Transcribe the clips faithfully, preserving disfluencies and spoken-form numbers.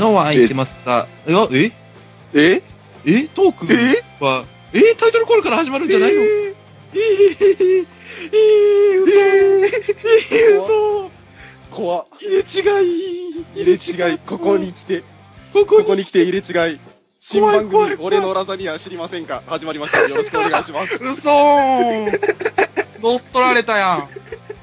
のは空いてますか？いや、えええトークは、ええタイトルコールから始まるんじゃないの？えー、えー、えー、嘘、えー、嘘、 怖っ。 入れ違い、 入れ違い、ここに来て、 ここにここに来て入れ違い。新番組、 怖い怖い怖い俺のラザニア知りませんか？始まりました。よろしくお願いします。 嘘ー乗っ取られたやん。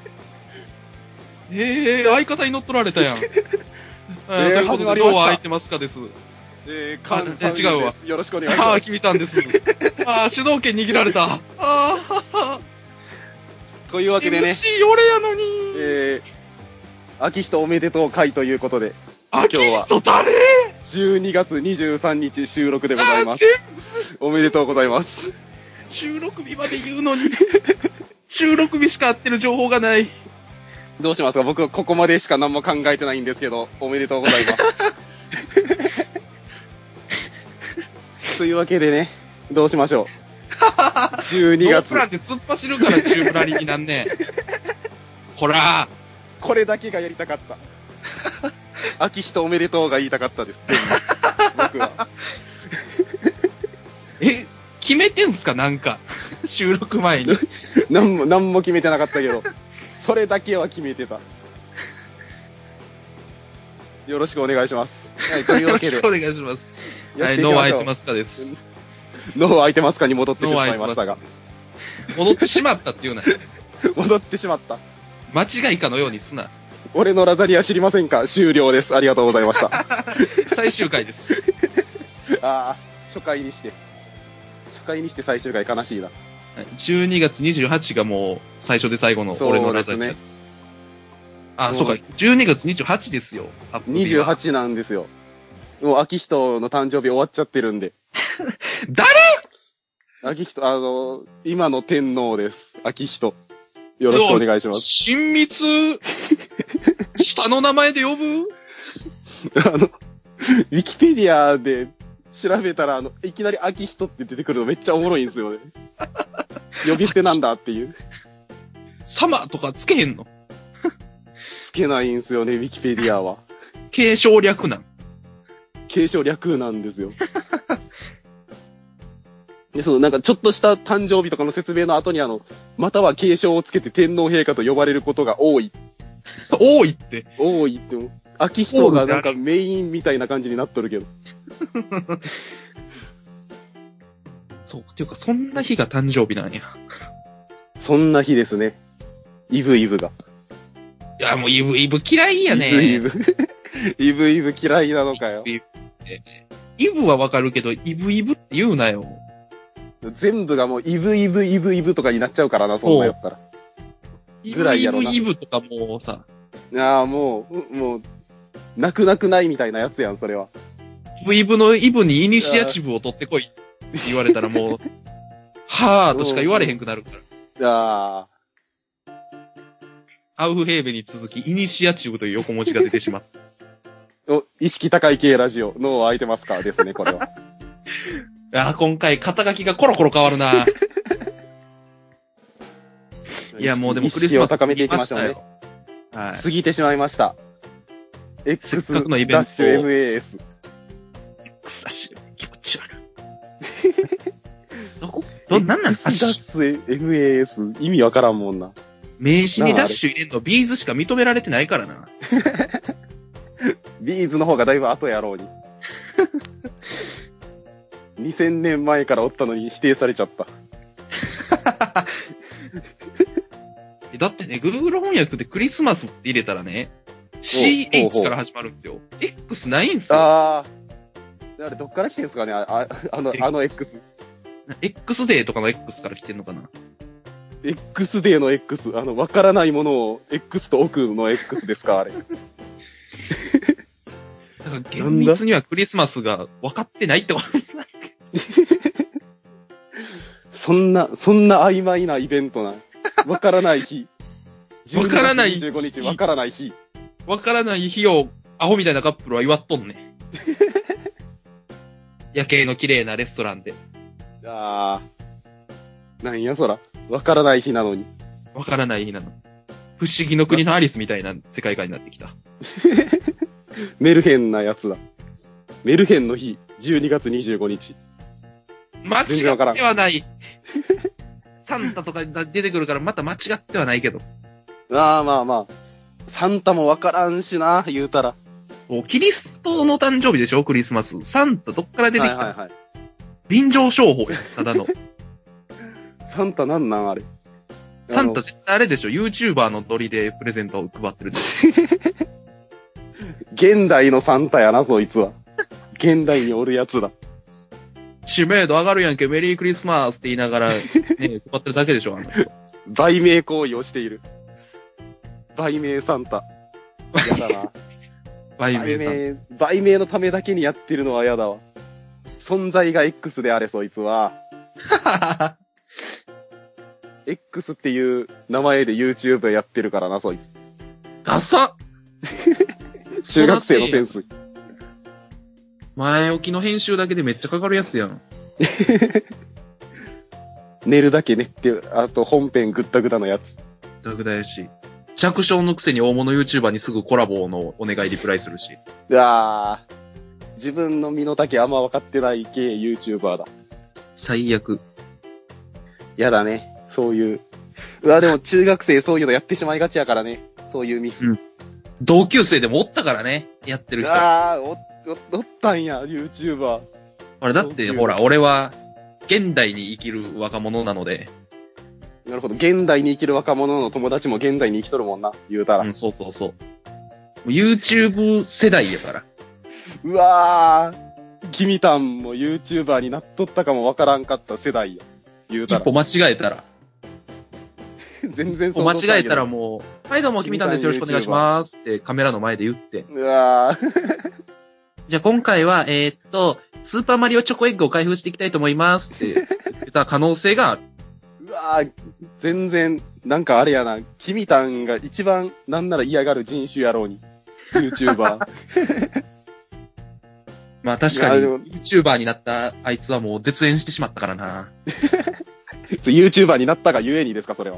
ええー、相方に乗っ取られたやん。えー、始まりました。どうは空いてますかです。 えー、カンさん違うわ。 よろしくお願いします。 ああ、聞いたんです。ああ、主導権握られた。ああ、 というわけでね。 エムシー 俺やのに。 えー、秋人おめでとう会ということで。 秋人誰？ じゅうにがつにじゅうさんにち収録でございます。おめでとうございます。 収録日まで言うのに。収録日しか合ってる情報がない。 どうしますか？僕はここまでしか何も考えてないんですけど、おめでとうございます。というわけでね、どうしましょう。じゅうにがつ。 ノープランで突っ走るから中ぶらりになんねん。ほらこれだけがやりたかった。秋人おめでとうが言いたかったです。全部僕は。 え、決めてんすかなんか。収録前に。 何も、何も決めてなかったけど、それだけは決めてた。よろしくお願いします。はい、というわけで。 よろしくお願いします。はい、脳は空いてますかです。 脳は空いてますかに戻ってしまいましたが。 戻ってしまったっていうな。 戻ってしまった。 間違いかのようにすな。 俺のラザニア知りませんか？終了です。ありがとうございました。 最終回です。 ああ、初回にして。初回にして最終回悲しいな。 じゅうにがつにじゅうはちがもう最初で最後の俺のラザニア。そうですね。あ、そうか。じゅうにがつにじゅうはちですよ。 にじゅうはちなんですよ。もう秋人の誕生日終わっちゃってるんで。 誰？ 秋人、あの、今の天皇です。秋人。よろしくお願いします。 親密下の名前で呼ぶ？ あの、ウィキペディアで調べたら、あの、いきなり秋人って出てくるのめっちゃおもろいんですよね。呼び捨てなんだっていう。 サマとかつけへんの？ つけないんすよね、ウィキペディアは。 継承略なん。 継承略なんですよ。で、そのなんかちょっとした誕生日とかの説明の後にあの、または継承をつけて天皇陛下と呼ばれることが多い。 多いって。 多いって。秋人がなんかメインみたいな感じになっとるけど。 そう、っていうかそんな日が誕生日なんや。 そんな日ですね。イブイブが。 いや、もうイブイブ嫌いやね。 イブイブ。イブイブ嫌いなのかよ。 イブイブはわかるけど、イブイブって言うなよ。 全部がもうイブイブイブイブとかになっちゃうからな、そんなやったら。 イブイブイブとかもうさ。 いやもう、もう、なくなくないみたいなやつやん、それは。 イブイブのイブにイニシアチブを取ってこいって言われたらもう、はぁーとしか言われへんくなるから。いやアウフヘーベに続き、イニシアチブという横文字が出てしまった。 お、意識高い系ラジオ、脳は空いてますかですね、これは。 いや、今回肩書きがコロコロ変わるな。いや、もうでもクリスマス意識を高めていきましょうね。 はい。 過ぎてしまいました。X ダッのイベントシュ エムエーエス。 X ダッシュ、気持ち悪い。どこど、なんなん X ダッシュ エムエーエス、意味わからんもんな。 名詞にダッシュ入れんのビーズしか認められてないからな。 ビーズの方がだいぶ後やろうに。にせんねんまえからおったのに指定されちゃった。 だってね、Google 翻訳でクリスマスって入れたらね、シーエイチ から始まるんですよ。X ないんすよ。 ああ。あれどっから来てんすかね、あ, あ, あの、あの X。 X デーとかの X から来てんのかな。 X デーの X、あの、わからないものを X と置くの X ですか、あれ。 だから厳密にはクリスマスが分かってないってことになる。 そんな、そんな曖昧なイベントな。わからない日。 わからない。 じゅうごにちわからない日。 わからない日をアホみたいなカップルは祝っとんね。夜景の綺麗なレストランで。 あー。なんやそら。わからない日なのに。 わからない日なの。不思議の国のアリスみたいな世界観になってきた。 メルヘンなやつだ。 メルヘンの日、じゅうにがつにじゅうごにち。 間違ってはない。サンタとか出てくるからまた間違ってはないけど。 ああ、まあまあ。サンタもわからんしな、言うたら。 キリストの誕生日でしょ、クリスマス。サンタどっから出てきた、はいはいはい、臨場商法や、ただの。 サンタなんなんあれ。 サンタ絶対あれでしょ、YouTuber のノリでプレゼントを配ってる。 現代のサンタやな、そいつは。現代におるやつだ。 知名度上がるやんけ、メリークリスマスって言いながら、ね、配ってるだけでしょ、あの人。 売名行為をしている。売名サンタ。やだな。売名サンタ。売名のためだけにやってるのはやだわ。存在が X であれ、そいつは。X っていう名前で YouTube やってるからな、そいつ。 ダサッ中学生のセンス。 前置きの編集だけでめっちゃかかるやつやん。 寝るだけねって、あと本編グッタグタのやつ。 グッタグタやし。弱小のくせに大物 YouTuber にすぐコラボのお願いリプライするし。 うわー。自分の身の丈あんま分かってない系 YouTuber だ。 最悪。 やだね。そういう。うわ、でも中学生そういうのやってしまいがちやからね。そういうミス。うん、 同級生でもおったからね。やってる人。 ああ、お、お、おったんや、YouTuber。 あれだって、ほら、俺は、現代に生きる若者なので。 なるほど。現代に生きる若者の友達も現代に生きとるもんな。言うたら。 うん、そうそうそう。YouTube 世代やから。 うわー。君たんも YouTuber になっとったかもわからんかった世代や。言うたら。 一歩間違えたら。 全然そう。間違えたらもう、はいどうも君たんです。よろしくお願いしますってカメラの前で言って。 うわー。 じゃあ今回は、えー、っと、スーパーマリオチョコエッグを開封していきたいと思いますって言った可能性がある。 うわー、全然、なんかあれやな、君たんが一番なんなら嫌がる人種やろうに。YouTuber。 まあ確かに、YouTuber になったあいつはもう絶縁してしまったからな。 YouTuber になったがゆえにですか、それは。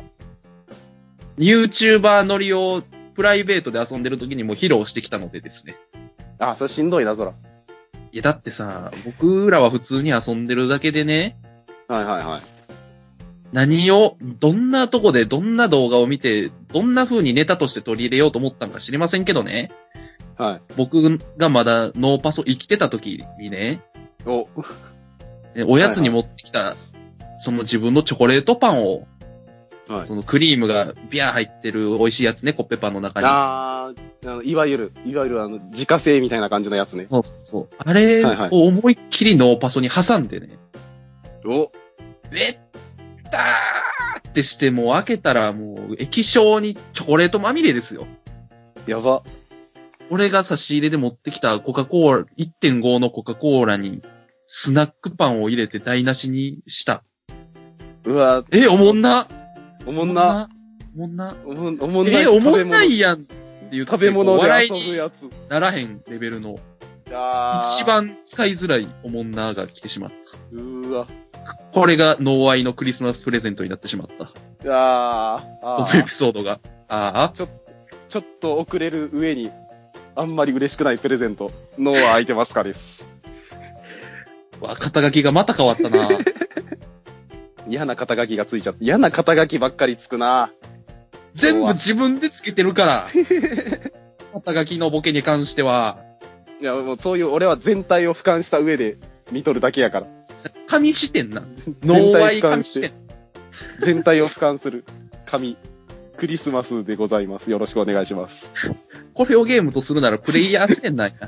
YouTuber ノリをプライベートで遊んでる時にも披露してきたのでですね。 あ、それしんどいな、そら。 いや、だってさ、僕らは普通に遊んでるだけでね。 はいはいはい。 何を、どんなとこでどんな動画を見て、どんな風にネタとして取り入れようと思ったのか知りませんけどね。 はい。 僕がまだノーパソ生きてた時にね。 お。 おやつに持ってきた、はいはい、その自分のチョコレートパンを、はい、そのクリームがビャー入ってる美味しいやつね、コッペパンの中に。 あー、あの、いわゆる、いわゆるあの、自家製みたいな感じのやつね。 そうそうそう。あれを思いっきりノーパソに挟んでね。 お。 べったーってして、もう開けたらもう液晶にチョコレートまみれですよ。 やば。 俺が差し入れで持ってきたコカ・コーラ、いってんご のコカ・コーラにスナックパンを入れて台無しにした。 うわ。 え、おもんな。 おもんな。 おもんな。 おもんな。おもんな。 え、おもんないやんっていう食べ物で遊ぶやつ。 ならへんレベルの。一番使いづらいおもんなが来てしまった。 うーわ。 これがノーアイのクリスマスプレゼントになってしまった。 ああ。 このエピソードが。ああ。 ちょ、ちょっと遅れる上に、あんまり嬉しくないプレゼント。ノーは空いてますかです。 わ、肩書きがまた変わったな。 嫌な肩書きがついちゃった。嫌な肩書きばっかりつくな。 全部自分でつけてるから。肩書きのボケに関しては。 いや、もうそういう俺は全体を俯瞰した上で見とるだけやから。 神視点な。ノーアイ神視点。 全体を俯瞰する神。クリスマスでございます。よろしくお願いします。 これをゲームとするならプレイヤー視点なんや。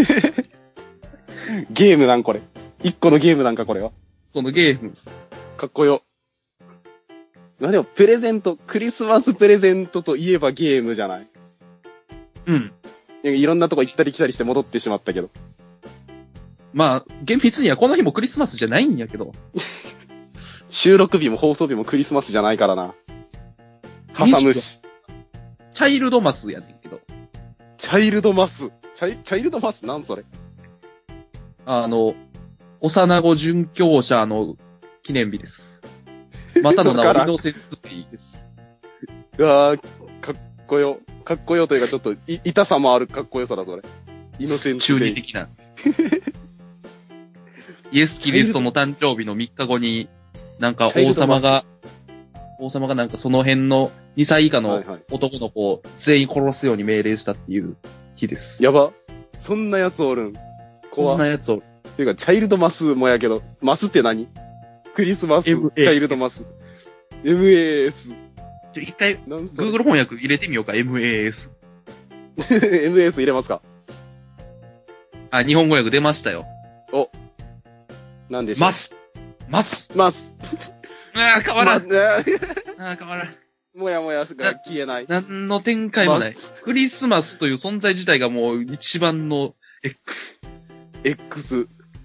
ゲームなんこれ。一個のゲームなんかこれは。 このゲーム。 かっこよ。まあでも、プレゼント、クリスマスプレゼントといえばゲームじゃない。 うん。 いろんなとこ行ったり来たりして戻ってしまったけど。 まあ、厳密にはこの日もクリスマスじゃないんやけど。 収録日も放送日もクリスマスじゃないからな。挟むし。 チャイルドマスやねんけど。 チャイルドマスチャイ、チャイルドマスなんそれ。 あの、幼子殉教者の記念日です。またの名をイノセンスディです。 うわー、かっこよ。かっこよというかちょっとい、痛さもあるかっこよさだ、それ。イノセンスディ。 中二的な。 イエス・キリストの誕生日のみっかごに、なんか王様が、王様がなんかその辺のにさい以下の男の子を全員殺すように命令したっていう日です。 やば。そんなやつおるん。 怖っ。そんなやつおる。 ていうか、チャイルドマスもやけど、マスって何？クリスマス、チャイルドマス。エムエーエス。 ちょ、一回、Google 翻訳入れてみようか、エムエーエス。 エムエーエス 入れますか？ あ、日本語訳出ましたよ。 お。なんでしょう。 マス。マス。 マス。 ああ、変わらん。ま、ああ、変わらん。 もやもやが消えない。 何の展開もない。クリスマスという存在自体がもう一番の X。 X。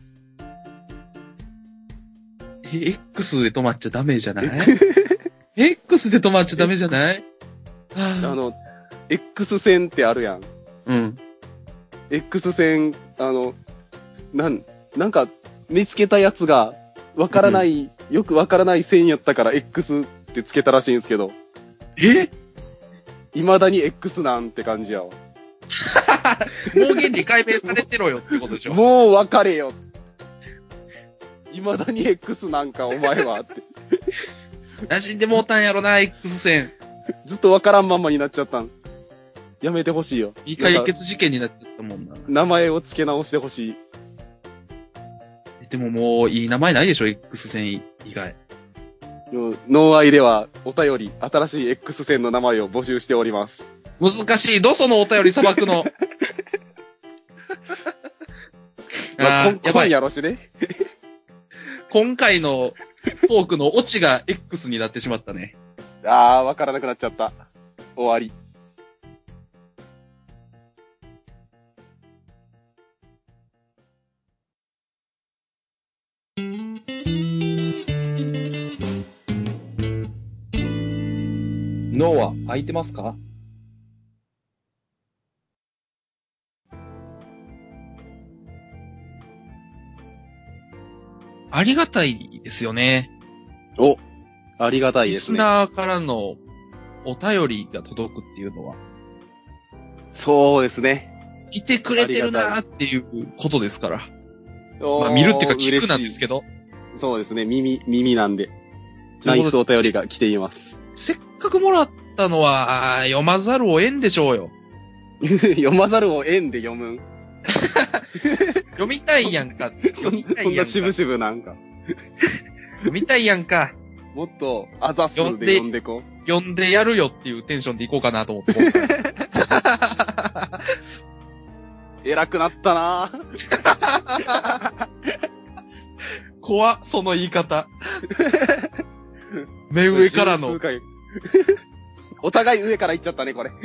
え、X で止まっちゃダメじゃない？X で止まっちゃダメじゃない？ あの、X 線ってあるやん。 うん。 X 線、あの、なん、なんか、見つけたやつが、わからない、うん、よくわからない線やったから X ってつけたらしいんですけど。 え？ 未だに X なんて感じやわ。もう原理解明されてろよってことでしょ。 もう分かれよ。未だに X なんかお前はって。 馴染んでもうたんやろな、X 線。 ずっと分からんまんまになっちゃったん。やめてほしいよ。 未解決事件になっちゃったもんな。 名前を付け直してほしい。 でももういい名前ないでしょ、X 線以外。 ノーアイではお便り、新しい X 線の名前を募集しております。 難しい。どそのお便りさばくの。 ああ、やばいやろしね。 今回のトークのオチが X になってしまったね。 ああ、わからなくなっちゃった。終わり。 脳は空いてますか？ありがたいですよね。 お、ありがたいですね。 リスナーからのお便りが届くっていうのは。 そうですね。 いてくれてるなーっていうことですから。まあ見るっていうか聞くなんですけど。 そうですね。耳、耳なんで。ナイスお便りが来ています。 せっかくもらったのは、読まざるを得んでしょうよ。 読まざるを得んで読むん読みたいやんか。読みたいやんか。 そんな渋々なんか。 読みたいやんか。 もっと、あざすで読んでこう。読んでやるよっていうテンションでいこうかなと思って。 偉くなったな怖っ、その言い方。目上からの。 お互い上から言っちゃったね、これ。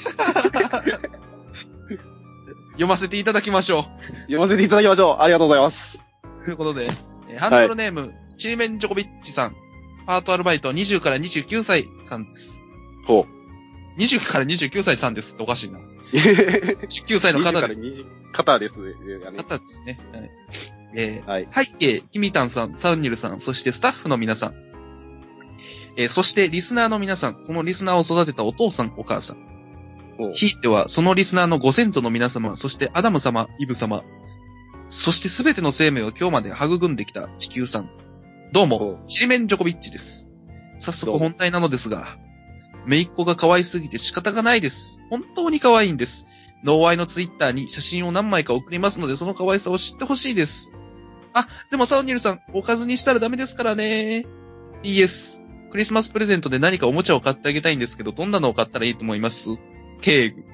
読ませていただきましょう。 読ませていただきましょう。ありがとうございます。 ということで、えー、ハンドルネーム、はい、ちりめんジョコビッチさん。パートアルバイトにじゅうからにじゅうきゅうさいさんです。 ほう。 にじゅうからにじゅうきゅうさいさんですっておかしいな。じゅうきゅうさいの方で。 にじゅうからにじゅう、方ですね。 方ですね。はい。えー、 はい。 背景、キミタンさん、サウニルさん、そしてスタッフの皆さん。えー、そしてリスナーの皆さん、そのリスナーを育てたお父さん、お母さん。ひいては、そのリスナーのご先祖の皆様、そしてアダム様、イブ様、そしてすべての生命を今日まで育んできた地球さん。どうも、ちりめんジョコビッチです。早速本題なのですが、姪っ子が可愛すぎて仕方がないです。本当に可愛いんです。ノーアイのツイッターに写真を何枚か送りますので、その可愛さを知ってほしいです。あ、でもサウニルさん、おかずにしたらダメですからね。ピーエス。クリスマスプレゼントで何かおもちゃを買ってあげたいんですけど、どんなのを買ったらいいと思います？ケーグ。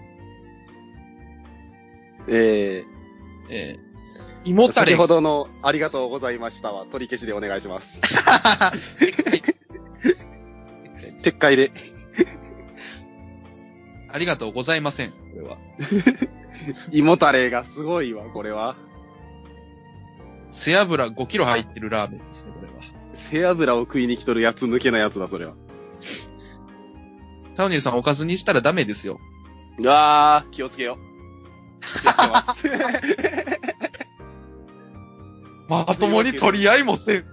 えー、えー、芋タレ。 先ほどのありがとうございましたは取り消しでお願いします。撤回で。 ありがとうございません、これは。 芋タレがすごいわ、これは。 背脂ごキロ入ってるラーメンですね、これは。 背脂を食いに来とるやつ向けなやつだ、それは。 サウニルさんおかずにしたらダメですよ。 うわー、気をつけよう。気をつけます。 まともに取り合いもせん。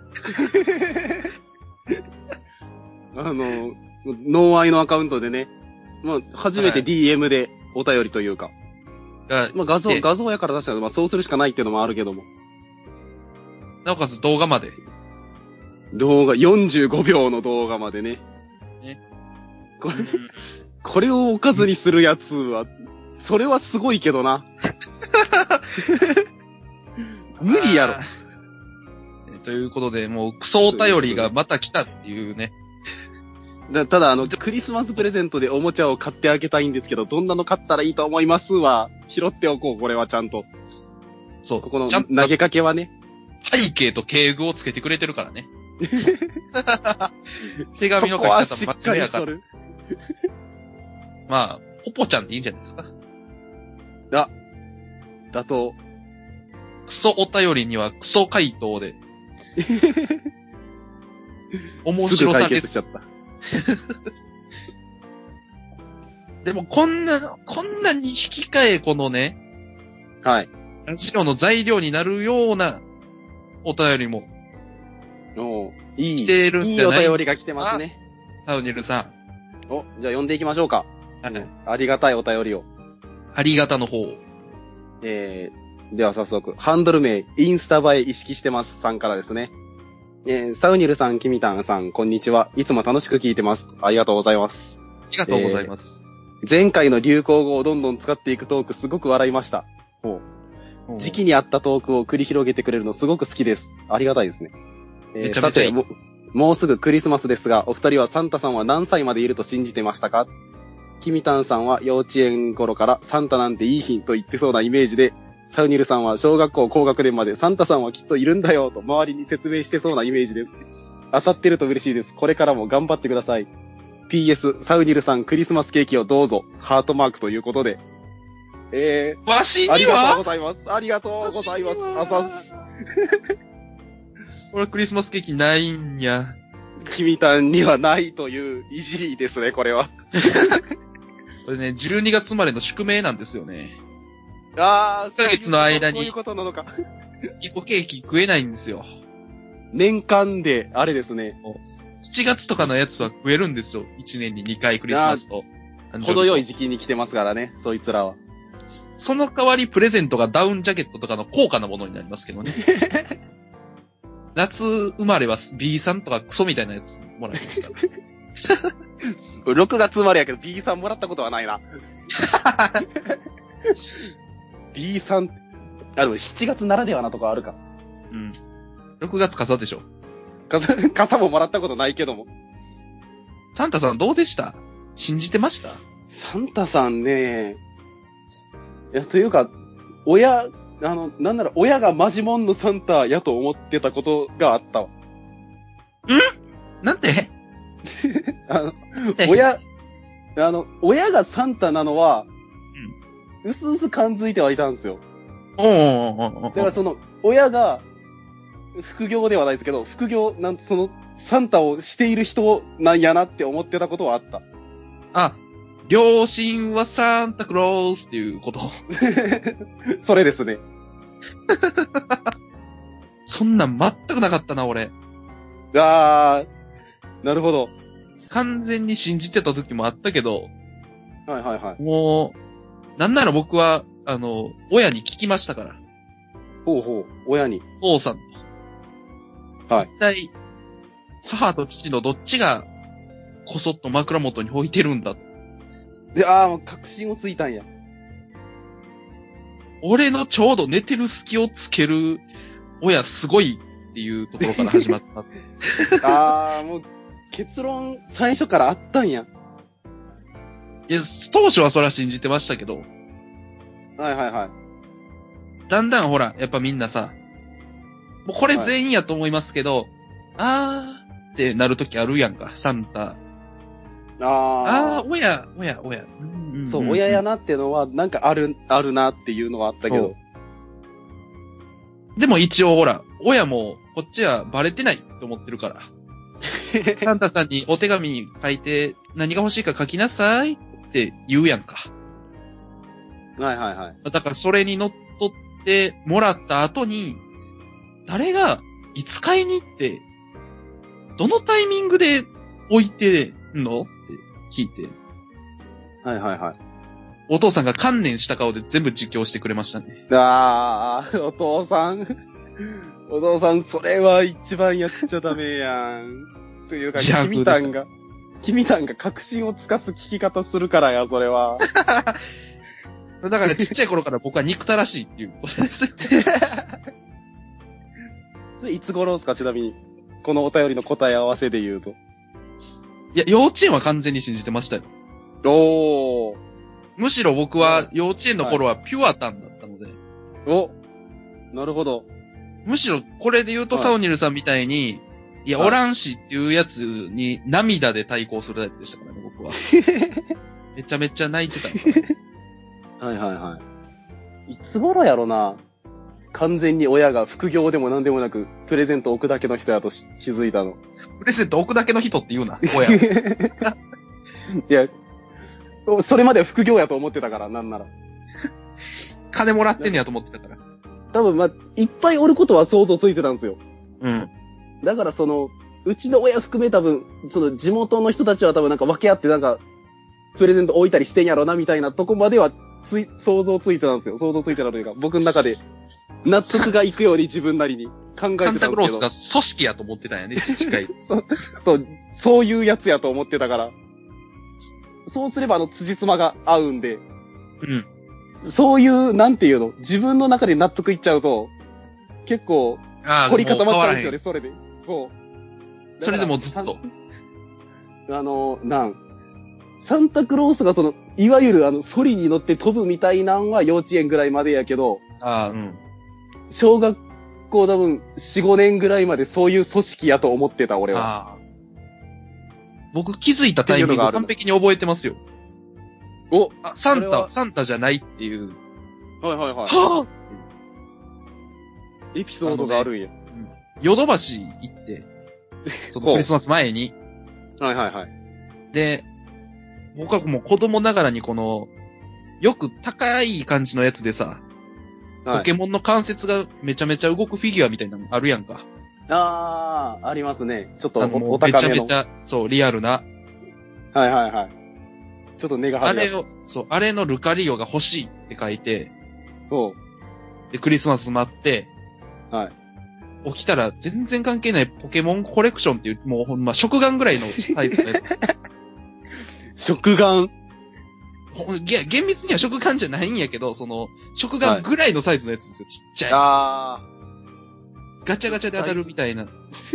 あの、ノーアイのアカウントでね、まあ、初めて ディーエム でお便りというか、 が、 まあ画像、画像やから出したら、まあそうするしかないっていうのもあるけども。 なおかつ動画まで。 動画、よんじゅうごびょうの動画までね。 ね。 これ、これをおかずにするやつは、それはすごいけどな。無理やろ。 ということで、もうクソお便りがまた来たっていうね。 だただ、あの、クリスマスプレゼントでおもちゃを買ってあげたいんですけど、どんなの買ったらいいと思いますは、拾っておこう、これはちゃんと。 そう。 ここの投げかけはね。 背景と敬具をつけてくれてるからね。手紙の書き方そこはしっかりしとる。 まあ、ポポちゃんでいいんじゃないですか。 あ、だと。 クソお便りにはクソ回答で。面白さです。 すぐ解決しちゃった。 でもこんな、こんなに引き換えこのね。 はい。 ラジオの材料になるようなお便りも。 おいい。 来てるんじゃない？ いいお便りが来てますね。 サウニルさん。お、じゃあ読んでいきましょうか。 はい。 ありがたいお便りを。 ありがたの方。 えー、では早速、ハンドル名、インスタ映え意識してますさんからですね。えー、サウニルさん、キミタンさん、こんにちは。いつも楽しく聞いてます。ありがとうございます。 ありがとうございます。 えー、前回の流行語をどんどん使っていくトーク、すごく笑いました。ほう。時期に合ったトークを繰り広げてくれるのすごく好きです。ありがたいですね。 えー、めちゃめちゃいい。 も, もうすぐクリスマスですが、お二人はサンタさんは何歳までいると信じてましたか？キミタンさんは幼稚園頃からサンタなんていい日と言ってそうなイメージで、サウニルさんは小学校高学年までサンタさんはきっといるんだよと周りに説明してそうなイメージです。当たってると嬉しいです。これからも頑張ってください。ピーエス サウニルさんクリスマスケーキをどうぞ。ハートマークということで。えー、 わしにはありがとうございます。ありがとうございます。あざす。 これクリスマスケーキないんや。 キミタンにはないといういじりですね、これは。 これね、じゅうにがつ生まれの宿命なんですよね。 ああ、 いっかげつの間に、 そういうことなのか。 いっこケーキ食えないんですよ。 年間で、あれですね。 しちがつとかのやつは食えるんですよ。いちねんににかいクリスマスと。 程よい時期に来てますからね、そいつらは。 その代わりプレゼントがダウンジャケットとかの高価なものになりますけどね。夏生まれは ビー さんとかクソみたいなやつもらいますから。 ろくがつ生まれやけど ビー さんもらったことはないな。ビー さん、あ、でもしちがつならではなとかあるか。 うん。ろくがつ傘でしょ。 傘、傘ももらったことないけども。 サンタさんどうでした？信じてました？ サンタさんね、いや、というか、親、あの、なんなら親がマジモンのサンタやと思ってたことがあったわ。ん？ なんで？ あの、親、あの、親がサンタなのは、うすうす感づいてはいたんですよ。 おーおーおーおー。 だからその、親が、副業ではないですけど、副業、なん、その、サンタをしている人なんやなって思ってたことはあった。 あ、両親はサンタクロースっていうこと。 それですね。 そんなん全くなかったな、俺。 あー、なるほど。 完全に信じてた時もあったけど、 はいはいはい。 もう、なんなら僕は、あの、親に聞きましたから。 ほうほう、親に。 父さんと。 はい。 一体、母と父のどっちが、こそっと枕元に置いてるんだと。 で、あー、もう確信をついたんや。 俺のちょうど寝てる隙をつける親すごいっていうところから始まった。 あー、もう、結論、最初からあったんや。 いや、当初はそれは信じてましたけど、 はいはいはい。 だんだんほら、やっぱみんなさ、もうこれ全員やと思いますけど、はい、あーってなるときあるやんか、サンタ。 あー。 あー、親、親、親。 うんうんうん、そう、親やなっていうのは、なんかある、あるなっていうのはあったけど。 でも一応ほら、親も、こっちはバレてないと思ってるから。サンタさんにお手紙書いて、何が欲しいか書きなさいって言うやんか。 はいはいはい。 だからそれに乗っ取ってもらった後に、誰がいつ買いに行って、どのタイミングで置いてんのって聞いて。 はいはいはい。 お父さんが観念した顔で全部実況してくれましたね。 ああ、お父さん。お父さん、それは一番やっちゃダメやん。というか、君たんが、君たんが確信をつかす聞き方するからや、それは。 だからちっちゃい頃から僕は憎たらしいっていうことです。 それいつ頃ですか、ちなみに。このお便りの答え合わせで言うと。 いや、幼稚園は完全に信じてましたよ。 おー。 むしろ僕は幼稚園の頃はピュアタンだったので。 お、なるほど。むしろこれで言うと、はい、サオニルさんみたいに、いや、はい、おらんしっていうやつに涙で対抗するタイプでしたからね、僕は。めちゃめちゃ泣いてた。 はいはいはい。いつ頃やろな。完全に親が副業でも何でもなく、プレゼント置くだけの人やと気づいたの。 プレゼント置くだけの人って言うな、親。 いや、それまでは副業やと思ってたから、なんなら。 金もらってんねやと思ってたから。 多分、まあ、いっぱいおることは想像ついてたんですよ。 うん。 だからその、うちの親含め多分、その地元の人たちは多分なんか分け合ってなんか、プレゼント置いたりしてんやろな、みたいなとこまでは、つい、想像ついてたんですよ。想像ついてたというか、僕の中で、納得がいくように自分なりに考えてたんですけど。サンタクロースが組織やと思ってたんやね、近い。 そう、そう、そういうやつやと思ってたから。そうすればあの、辻褄が合うんで。 うん。 そういう、なんていうの、自分の中で納得いっちゃうと、結構、凝り固まっちゃうんですよね、それで。そう。 それでもずっと。 あの、なん。サンタクロースがその、いわゆるあの、ソリに乗って飛ぶみたいなんは幼稚園ぐらいまでやけど、 ああ、うん。 小学校多分、よん、ごねんぐらいまでそういう組織やと思ってた、俺は。ああ。 僕気づいたタイミング完璧に覚えてますよ。 お、 あ、サンタ、サンタじゃないっていう。 はいはいはい。 はぁエピソードがあるんや。ね、 ヨドバシ行って、そのクリスマス前に。 はいはいはい。 で、僕はもう子供ながらにこの、よく高い感じのやつでさ、はい、ポケモンの関節がめちゃめちゃ動くフィギュアみたいなのあるやんか。 ああ、ありますね。ちょっとおお高めの。めちゃめちゃ、そう、リアルな。 はいはいはい。ちょっと根が張る。 あれを、そう、あれのルカリオが欲しいって書いて、 おう。 で、クリスマス待って、 はい。 起きたら全然関係ないポケモンコレクションっていう、もうほんま、食玩ぐらいのサイズのやつ。食玩いや、厳密には食玩じゃないんやけど、その、食玩ぐらいのサイズのやつですよ、はい、ちっちゃい。 あー。 ガチャガチャで当たるみたいな。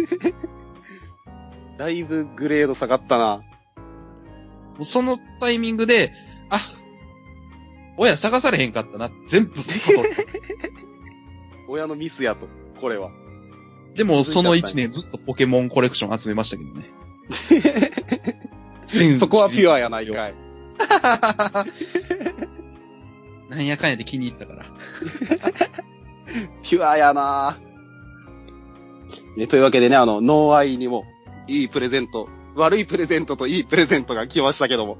だいぶグレード下がったな。 そのタイミングで、あ、親探されへんかったな。全部取る。 親のミスやと、これは。 でも、その一年ずっとポケモンコレクション集めましたけどね。 そこはピュアやないかい。 なんやかんやで気に入ったから。 ピュアやなぁ。というわけでね、あの、ノーアイにも、いいプレゼント、悪いプレゼントといいプレゼントが来ましたけども。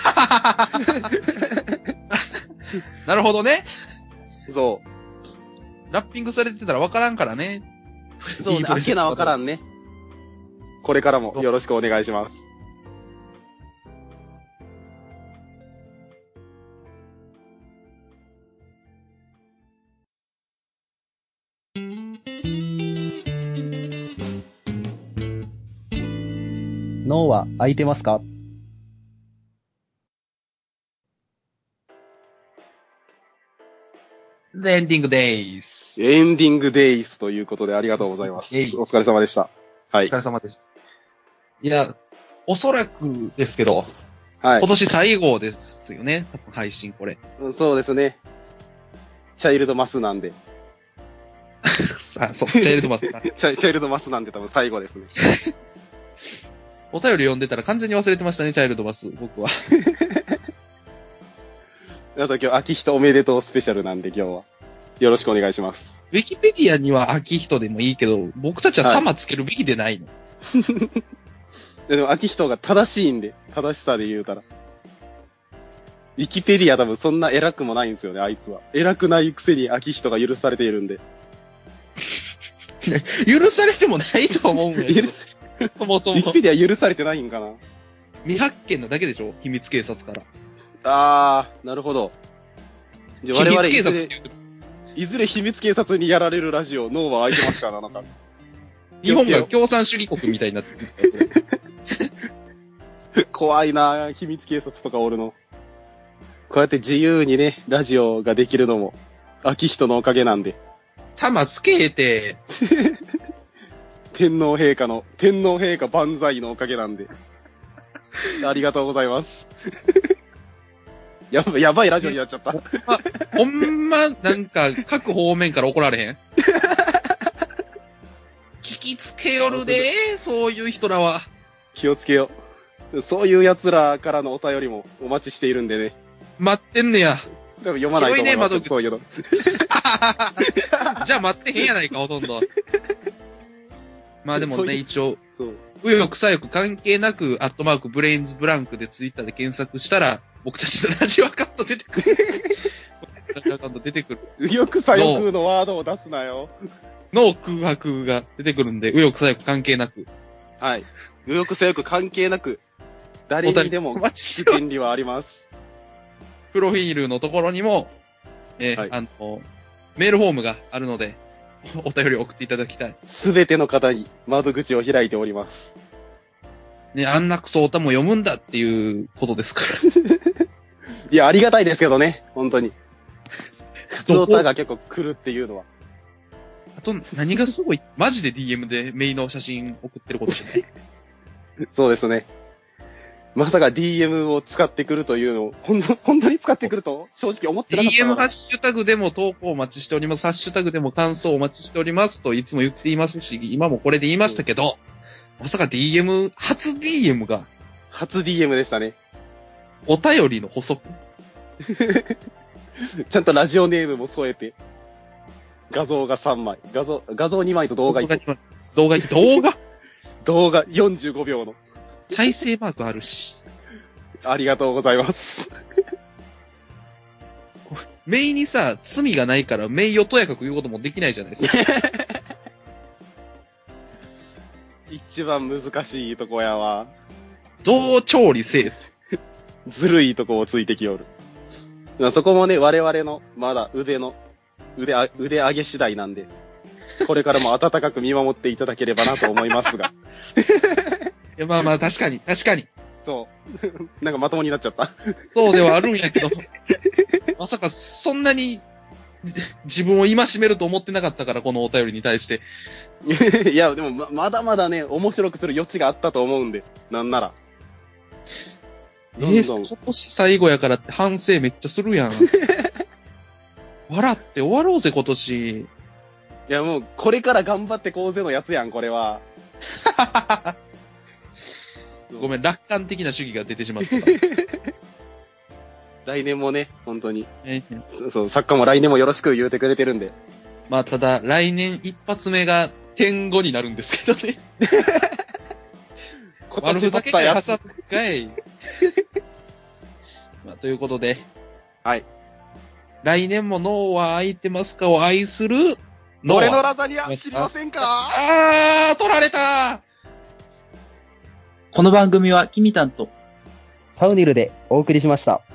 なるほどね。 そう。 ラッピングされてたら分からんからね。 そうね、開けな分からんね。これからもよろしくお願いします。脳は空いてますか？ エンディングデイス。 エンディングデイスということでありがとうございます。お疲れ様でした。はい。 お疲れ様でした。いや、おそらくですけど、 はい。 今年最後ですよね。多分配信これ。 そうですね。チャイルドマスなんで。 あ、そう、チャイルドマス。チャイ、チャイルドマスなんで多分最後ですね。 お便り読んでたら完全に忘れてましたね、チャイルドマス、僕は。 あと今日、秋人おめでとうスペシャルなんで今日は。よろしくお願いします。 ウィキペディアには秋人でもいいけど、僕たちは様つけるべきでないの。 はい、でも秋人が正しいんで、正しさで言うたら。ウィキペディア多分そんな偉くもないんですよね、あいつは。偉くないくせに秋人が許されているんで。 許されてもないと思うんだけど。そもそも。 ウィキペディア許されてないんかな。 未発見なだけでしょ？秘密警察から。 あー、なるほど。じゃあ我々いずれ、いずれ秘密警察にやられるラジオ、脳は開いてますから、なんか。 日本が共産主義国みたいになってる。怖いなぁ、秘密警察とかおるの。こうやって自由にね、ラジオができるのも、秋人のおかげなんで。 玉つけて。 天皇陛下の、天皇陛下万歳のおかげなんで。ありがとうございます。やばい、やばいラジオになっちゃった。 あ、ほんま、なんか、各方面から怒られへん聞きつけよるでー、そういう人らは。 気をつけよう。そういう奴らからのお便りもお待ちしているんでね。 待ってんねや。 多分読まないと思います。ね、そういうの。 じゃあ待ってへんやないか、ほとんど。まあでもね、一応、 そう。 右翼左翼関係なく、アットマークブレインズブランクでツイッターで検索したら、僕たちのラジオアカウント出てくる。ラジオアカウント出てくる。 右翼左翼のワードを出すなよ。 の空白が出てくるんで、右翼左翼関係なく。 はい。右翼左翼関係なく、誰にでも聞く権利はあります。 プロフィールのところにも、えーはい、あの、メールフォームがあるので、お便りを送っていただきたい。 すべての方に窓口を開いております。 ね、あんなクソ歌も読むんだっていうことですから。 いや、ありがたいですけどね、本当に。クソ歌が結構来るっていうのは。 あと、何がすごい、マジで ディーエム でメイの写真送ってることじゃないそうですね。まさか ディーエム を使ってくるというのを、ほんと、本当に使ってくると正直思ってなかった。 ディーエム ハッシュタグでも投稿お待ちしております。ハッシュタグでも感想お待ちしておりますといつも言っていますし、今もこれで言いましたけど、まさか ディーエム、初 ディーエム が。 初 ディーエム でしたね。 お便りの補足。 ちゃんとラジオネームも添えて。画像がさんまい。画像、画像にまいと動画いち。 動画いち、動画動画よんじゅうごびょうの。 再生マークあるし。 ありがとうございます。 メイにさ、罪がないからメイをとやかく言うこともできないじゃないですか。 一番難しいとこやわ。 どう調理せえ。 ずるいとこをついてきよる。そこもね、我々のまだ腕の、腕あ、腕上げ次第なんで、これからも温かく見守っていただければなと思いますが。 いや、まあまあ、確かに、確かに。 そう。なんかまともになっちゃった。そうではあるんやけど、まさかそんなに自分を戒めると思ってなかったから、このお便りに対して。 いや、でもま、まだまだね、面白くする余地があったと思うんで、なんなら。 えー、今年最後やからって反省めっちゃするやん。笑って終わろうぜ、今年。いや、もう、これから頑張ってこうぜのやつやん、これは。 ごめん、楽観的な主義が出てしまった。 来年もね、本当に。 えー、そう、サッカーも来年もよろしく言うてくれてるんで。 まあ、ただ、来年一発目が点ごになるんですけどね。 今年取ったやつ。 挟むかい。まあ、ということで。 はい。 来年も脳は空いてますかを愛する脳。 俺のラザニア知りませんか？ あー、取られた。 この番組はキミタンとサウニルでお送りしました。